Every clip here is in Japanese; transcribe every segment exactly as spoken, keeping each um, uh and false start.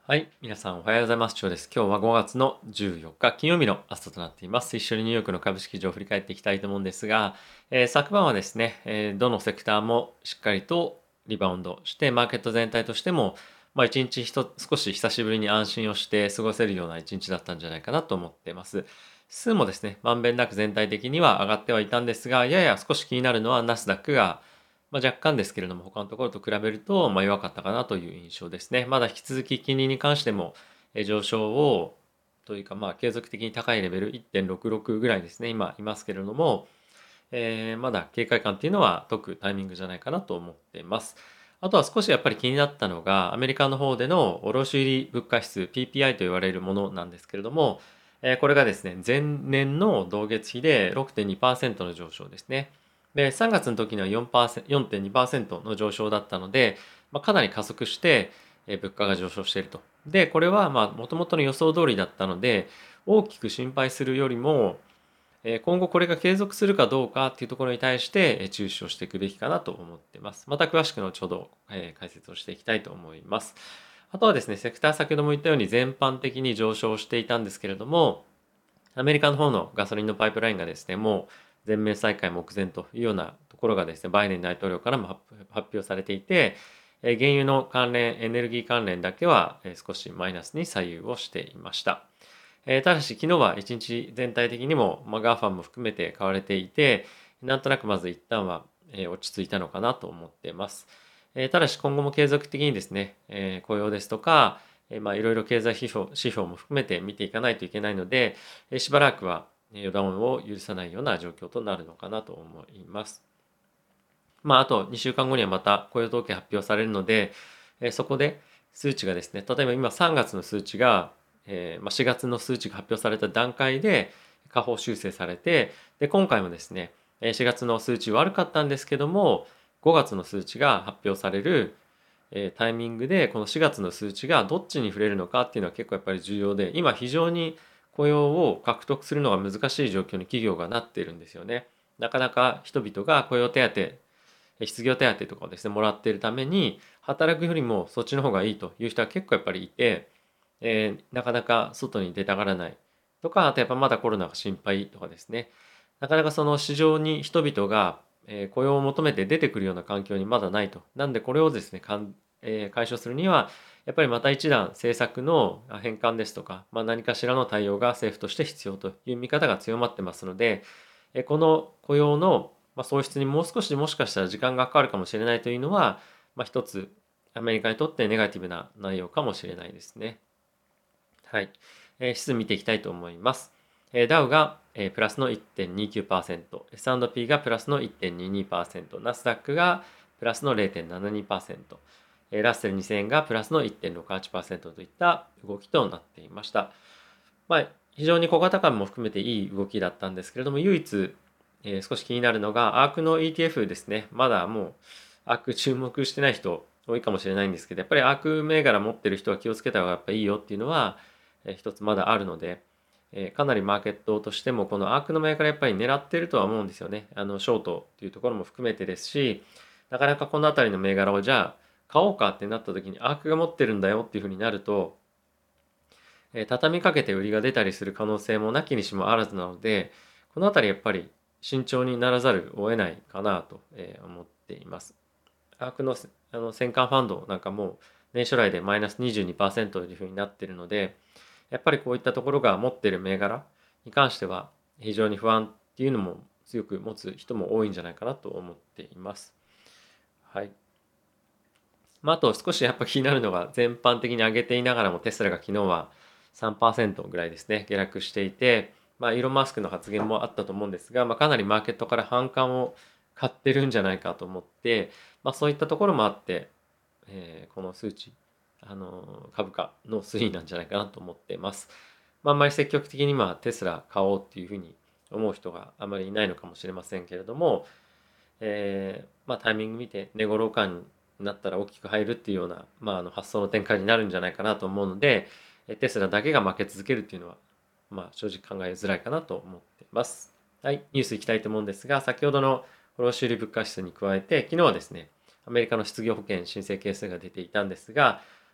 はい。皆さんおはようございます。長です。今日はごがつのじゅうよっか金曜日の朝となっています。一緒にニューヨークの株式市場を振り返っていきたいと思うんですが、えー昨晩はですね、えーどのセクターもしっかりとリバウンドして、マーケット全体としても、まあ一日ひと少し久しぶりに安心をして過ごせるような一日だったんじゃないかなと思っています。指数もですね、まんべんなく全体的には上がってはいたんですが、やや少し気になるのはナスダックがまあ、若干ですけれども、他のところと比べると、まあ、弱かったかなという印象ですね。まだ引き続き金利に関しても、え上昇を、というか、まあ、継続的に高いレベルいってんろくろくぐらいですね、今いますけれども、えーまだ警戒感っていうのは解くタイミングじゃないかなと思っています。あとは少しやっぱり気になったのが、アメリカの方での卸売物価指数 ピーピーアイ と言われるものなんですけれども、えーこれがですね、前年の同月比でろくてんにパーセントの上昇ですね。で、さんがつの時にはよんパーセント、よんてんにパーセントの上昇だったので、まあ、かなり加速して、えー物価が上昇していると。で、これはまあ、もともとの予想通りだったので、大きく心配するよりも、えー今後これが継続するかどうかっていうところに対してえー注視をしていくべきかなと思っています。また詳しく後ほど、えー解説をしていきたいと思います。あとはですね、セクター先ほども言ったように全般的に上昇していたんですけれども、アメリカの方のガソリンのパイプラインがですね、もう全面再開目前というようなところがですね、バイデン大統領からも発発表されていて、えー原油の関連、エネルギー関連だけはえー少しマイナスに左右をしていました。えーただし昨日は一日全体的にも、まあ、ガーファンも含めて買われていて、なんとなくまず一旦は、えー落ち着いたのかなと思っています。えーただし今後も継続的にですね、えー雇用ですとか、えーまあいろいろ経済指標指標も含めて見ていかないといけないので、えーしばらくは予断を許さないような状況となるのかなと思います。まあ、あとにしゅうかんごにはまた雇用統計発表されるので、えーそこで数値がですね、例えば今さんがつの数値が、えーまあ、しがつの数値が発表された段階で下方修正されて、で、今回もですね、えーしがつの数値悪かったんですけども、ごがつの数値が発表される、えータイミングで、このしがつの数値がどっちに触れるのかっていうのは結構やっぱり重要で、今非常に雇用を獲得するのが難しい状況に企業がなっているんですよね。なかなか人々が雇用手当失業手当とかをですね、もらっているために、働くよりもそっちの方がいいという人は結構やっぱりいて、えーなかなか外に出たがらないとか、あとやっぱまだコロナが心配とかですね、なかなかその市場に人々が、えー雇用を求めて出てくるような環境にまだないと。なんでこれをですね、かんえー解消するには、やっぱりまた一段政策の変換ですとか、まあ、何かしらの対応が政府として必要という見方が強まってますので、えこの雇用のまあ、創出にもう少しもしかしたら時間がかかるかもしれないというのは、まあ、一つアメリカにとってネガティブな内容かもしれないですね。はい。えー指数見ていきたいと思います。えーダウが、えープラスのいってんにきゅうパーセント、エスアンドピー がプラスのいってんににパーセント、ナスダックがプラスのれいてんななにパーセント、えーラッセルにせんえんがプラスのいってんろくはちパーセントといった動きとなっていました。まあ、非常に小型株も含めていい動きだったんですけれども、唯一、えー少し気になるのが、アークの イーティーエフ ですね。まだもう、アーク注目してない人多いかもしれないんですけど、やっぱりアーク銘柄持ってる人は気をつけた方がやっぱいいよっていうのは、えー一つまだあるので、えーかなりマーケットとしても、このアークの銘柄やっぱり狙ってるとは思うんですよね。あの、ショートっていうところも含めてですし、なかなかこのあたりの銘柄をじゃあ、買おうかってなった時にアークが持ってるんだよっていうふうになると、え畳みかけて売りが出たりする可能性もなきにしもあらずなので、このあたりやっぱり慎重にならざるを得ないかなと思っています。アークのあの戦艦ファンドなんかも年初来でマイナスにじゅうにパーセントというふうになっているので、やっぱりこういったところが持っている銘柄に関しては非常に不安っていうのも強く持つ人も多いんじゃないかなと思っています。はい。まあ、あと少しやっぱ気になるのが全般的に上げていながらもテスラが昨日はさんパーセントぐらいですね、下落していて、まあ、イーロン・マスクの発言もあったと思うんですが、まあ、かなりマーケットから反感を買ってるんじゃないかと思って、まあ、そういったところもあって、えーこの数値、あの株価の推移なんじゃないかなと思っています。まあ、あんまり積極的に今テスラ買おうっていうふうに思う人があまりいないのかもしれませんけれども、えーまあ、タイミング見て値頃感になったら大きく入るっていうような、まあ、あの発想の展開になるんじゃないかなと思うので、テスラだけが負け続けるっていうのは、まあ、正直考えづらいかなと思っています。はい、ニュースいきたいと思うんですが、先ほどの卸売物価指数に加えて、昨日はですね、アメリカの失業保険申請件数が出ていたんですが、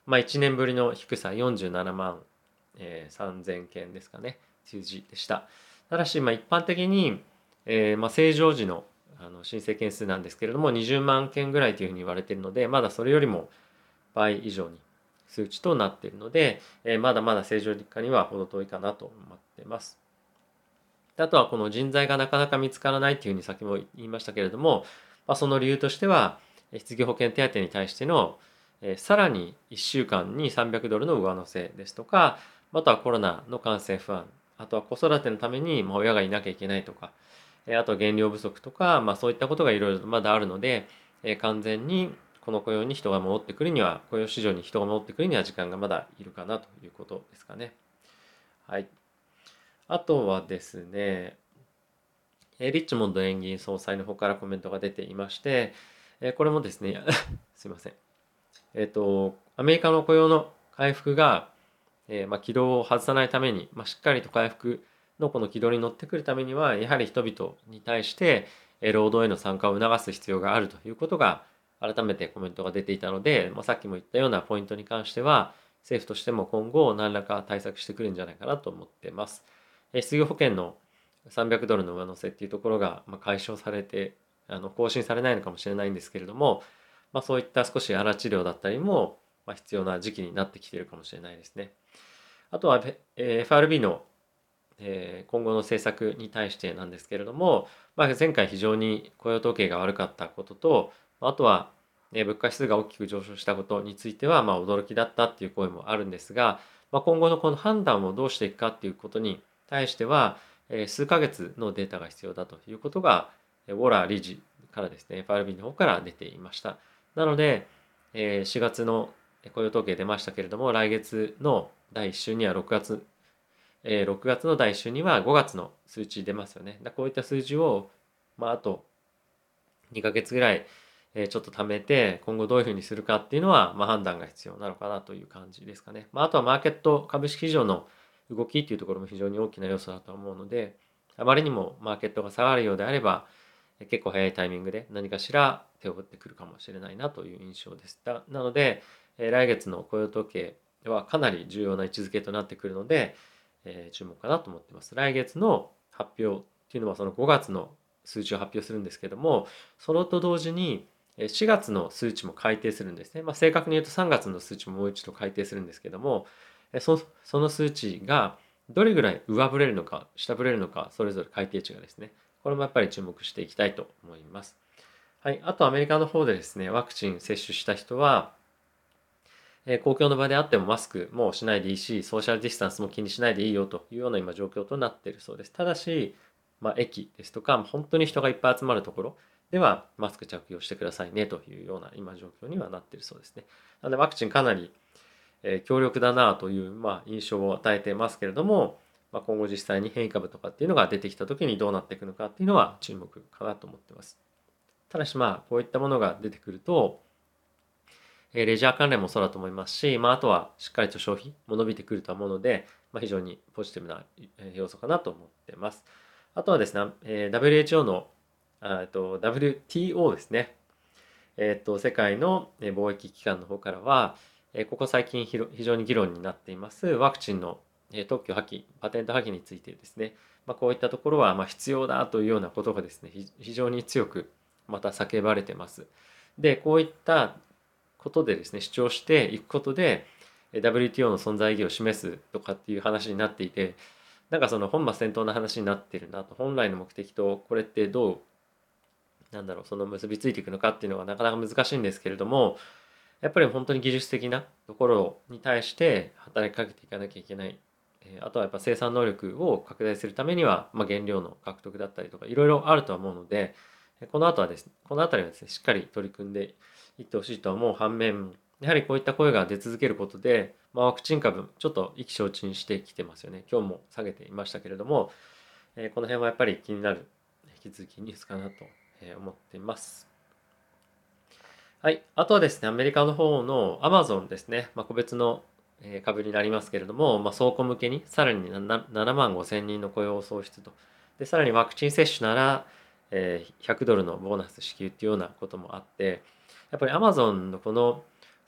まあ、いちねんぶりの低さよんじゅうななまん、えー、さんぜんけんですかね、数字でした。ただし、まあ、一般的に、えーまあ、正常時のあの申請件数なんですけれどもにじゅうまんけんぐらいというふうに言われているので、まだそれよりも倍以上に数値となっているので、えーまだまだ正常化には程遠いかなと思っています。あとはこの人材がなかなか見つからないというふうに先も言いましたけれども、まあ、その理由としては失業保険手当に対してのえさらにいっしゅうかんにさんびゃくドルの上乗せですとか、あとはコロナの感染不安、あとは子育てのためにまあ親がいなきゃいけないとか、えあとは原料不足とか、まあ、そういったことがいろいろまだあるので、え完全にこの雇用に人が戻ってくるには、雇用市場に人が戻ってくるには時間がまだいるかなということですかね。はい。あとはですね、えリッチモンド連銀総裁の方からコメントが出ていまして、えこれもですね、すいません。えっと、アメリカの雇用の回復が、えーまあ、軌道を外さないために、まあ、しっかりと回復のこの軌道に乗ってくるためには、やはり人々に対して、えー労働への参加を促す必要があるということが、改めてコメントが出ていたので、まあ、さっきも言ったようなポイントに関しては、政府としても今後何らか対策してくるんじゃないかなと思っています。えー失業保険のさんびゃくドルの上乗せっていうところが、まあ、解消されて、あの更新されないのかもしれないんですけれども、まあ、そういった少し荒治療だったりも、まあ、必要な時期になってきているかもしれないですね。あとは、えー エフアールビー の、えー今後の政策に対してなんですけれども、まあ、前回非常に雇用統計が悪かったことと、あとは、えー物価指数が大きく上昇したことについては、まあ、驚きだったっていう声もあるんですが、まあ、今後のこの判断をどうしていくかっていうことに対しては、えー数ヶ月のデータが必要だということが、ウォラー理事からですね、エフアールビー の方から出ていました。なので、えーしがつの雇用統計出ましたけれども、来月のだいいっ週にはろくがつ、えーろくがつのだいいっ週にはごがつの数値出ますよね。こういった数字を、まあ、あとにかげつぐらい、えーちょっと貯めて、今後どういうふうにするかっていうのは、まあ、判断が必要なのかなという感じですかね。まあ、あとはマーケット、株式市場の動きっていうところも非常に大きな要素だと思うので、あまりにもマーケットが下がるようであれば、結構早いタイミングで何かしら手を打ってくるかもしれないなという印象でした。なので、来月の雇用統計はかなり重要な位置づけとなってくるので、えー注目かなと思ってます。来月の発表っていうのはそのごがつの数値を発表するんですけども、それと同時にしがつの数値も改定するんですね。まあ、正確に言うとさんがつの数値ももう一度改定するんですけども、そその数値がどれぐらい上振れるのか下振れるのか、それぞれ改定値がですね、これもやっぱり注目していきたいと思います。はい。あとアメリカの方でですね、ワクチン接種した人は、えー公共の場であってもマスクもしないでいいし、ソーシャルディスタンスも気にしないでいいよというような今状況となっているそうです。ただし、まあ、駅ですとか、本当に人がいっぱい集まるところではマスク着用してくださいねというような今状況にはなっているそうですね。なのでワクチンかなりえ強力だなという、まあ、印象を与えてますけれども、まあ、今後実際に変異株とかっていうのが出てきた時にどうなっていくのかっていうのは注目かなと思ってます。ただしまあこういったものが出てくると、えレジャー関連もそうだと思いますし、まあ、あとはしっかりと消費も伸びてくると思うので、まあ、非常にポジティブな要素かなと思ってます。あとはですね、え ダブリューエイチオー のあと ダブリューティーオー ですね。えっと、世界の貿易機関の方からは、ここ最近非常に議論になっていますワクチンの特許破棄、パテント破棄についてですね、まあ、こういったところはまあ必要だというようなことがですね、非常に強くまた叫ばれてます。で、こういったことでですね、主張していくことで、ダブリューティーオー の存在意義を示すとかっていう話になっていて、なんかその本末転倒な話になってるなと、本来の目的とこれってどうなんだろう、その結びついていくのかっていうのがなかなか難しいんですけれども、やっぱり本当に技術的なところに対して働きかけていかなきゃいけない。あとはやっぱ生産能力を拡大するためには、まあ、原料の獲得だったりとかいろいろあるとは思うので、この後はですね、この辺りはですね、しっかり取り組んでいってほしいとは思う反面、やはりこういった声が出続けることで、まあ、ワクチン株、ちょっと意気消沈してきてますよね。今日も下げていましたけれども、この辺はやっぱり気になる引き続きニュースかなと思っています。はい。あとはですね、アメリカの方の Amazon ですね。まあ、個別の株になりますけれども、まあ、倉庫向けにさらにななまんごせんにんの雇用を創出と。で、さらにワクチン接種なら、えーひゃくドルのボーナス支給っていうようなこともあって、やっぱり Amazon のこの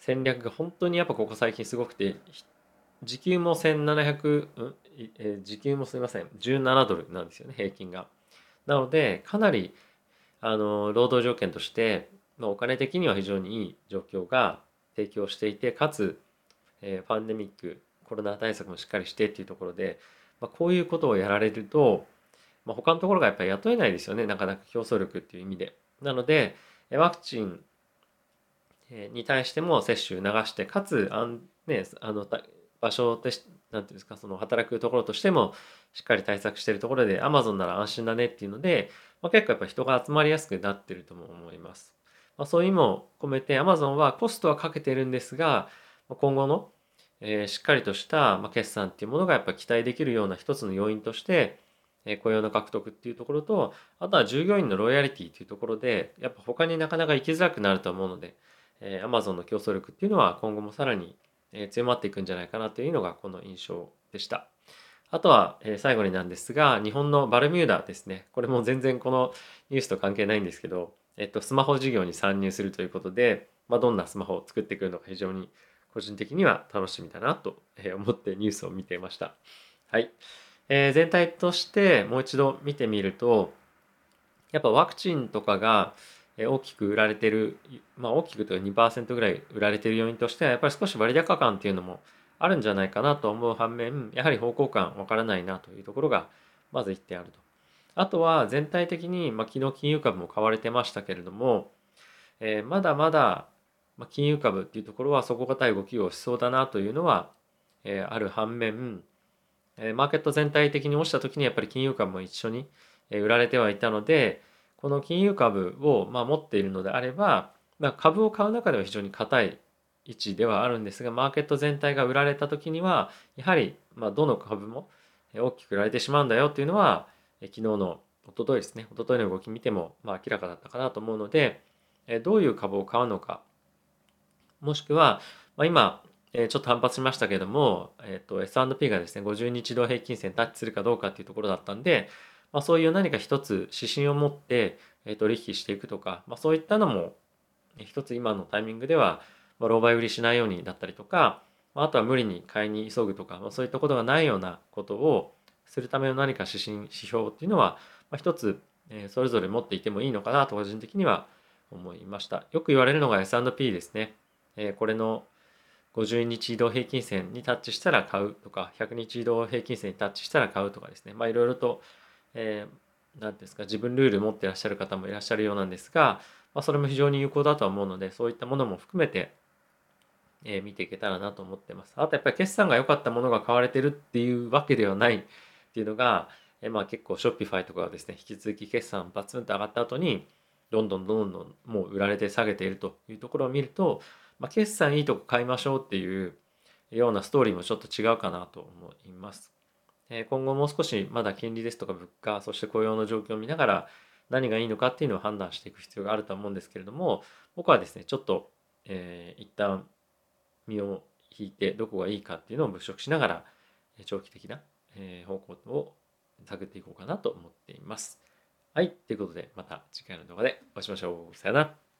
戦略が本当にやっぱここ最近すごくて、時給もせんななひゃく、うん、えー時給もすみません、じゅうななドルなんですよね、平均が。なので、かなり、あの、労働条件として、まあ、お金的には非常にいい状況が提供していて、かつ、えーパンデミック、コロナ対策もしっかりしてっていうところで、まあ、こういうことをやられると、まあ、他のところがやっぱり雇えないですよね、なかなか競争力っていう意味で。なので、ワクチンに対しても接種流して、かつ、あんね、あの場所でし、なんていうんですか、その働くところとしてもしっかり対策しているところで、アマゾンなら安心だねっていうので、まあ、結構やっぱ人が集まりやすくなってるとも思います。まあ、そういう意味も込めて、アマゾンはコストはかけてるんですが、今後の、えーしっかりとした、まあ、決算っていうものがやっぱ期待できるような一つの要因として、えー雇用の獲得っていうところと、あとは従業員のロイヤリティっていうところで、やっぱ他になかなか行きづらくなると思うので、えー、Amazon の競争力っていうのは今後もさらにえー強まっていくんじゃないかなというのがこの印象でした。あとは、えー最後になんですが、日本のバルミューダですね。これも全然このニュースと関係ないんですけど、えっと、スマホ事業に参入するということで、まあ、どんなスマホを作ってくるのか非常に個人的には楽しみだなと思ってニュースを見ていました。はい。えー全体としてもう一度見てみると、やっぱワクチンとかがえ大きく売られてる、まあ大きくというかにパーセントぐらい売られてる要因としては、やっぱり少し割高感っていうのもあるんじゃないかなと思う反面、やはり方向感わからないなというところがまずいってあると。あとは全体的に、まあ、昨日金融株も買われてましたけれども、えーまだまだ、まあ、金融株っていうところは底堅い動きをしそうだなというのは、えーある反面、えマーケット全体的に落ちた時にやっぱり金融株も一緒に売られてはいたので、この金融株をまあ持っているのであれば、まあ、株を買う中では非常に硬い位置ではあるんですが、マーケット全体が売られた時には、やはりまあどの株も大きく売られてしまうんだよっていうのは、昨日の一昨日ですね、一昨日の動き見てもまあ明らかだったかなと思うので、どういう株を買うのか、もしくは、まあ、今、えーちょっと反発しましたけれども、えっと、エスアンドピー がですね、ごじゅうにち移動平均線タッチするかどうかっていうところだったんで、まあ、そういう何か一つ指針を持って、えー取引していくとか、まあ、そういったのも、えー一つ今のタイミングでは、まあ、狼狽売りしないようにだったりとか、まああとは無理に買いに急ぐとか、まあ、そういったことがないようなことをするための何か指針、指標っていうのは、まあ、一つ、えーそれぞれ持っていてもいいのかなと個人的には思いました。よく言われるのが エスアンドピー ですね。えーこれのごじゅうにち移動平均線にタッチしたら買うとか、ひゃくにち移動平均線にタッチしたら買うとかですね。まあいろいろと、えー、なんですか、自分ルール持っていらっしゃる方もいらっしゃるようなんですが、まあそれも非常に有効だとは思うので、そういったものも含めて、えー見ていけたらなと思ってます。あとやっぱり決算が良かったものが買われてるっていうわけではないっていうのが、えーまあ結構ショッピファイとかはですね、引き続き決算バツンと上がった後に、どんどんどんどんもう売られて下げているというところを見ると、まあ、決算いいとこ買いましょうっていうようなストーリーもちょっと違うかなと思います。えー今後もう少しまだ金利ですとか物価、そして雇用の状況を見ながら何がいいのかっていうのを判断していく必要があると思うんですけれども、僕はですね、ちょっと、えー一旦身を引いてどこがいいかっていうのを物色しながら長期的な方向を探っていこうかなと思っています。はい。ということでまた次回の動画でお会いしましょう。さよなら。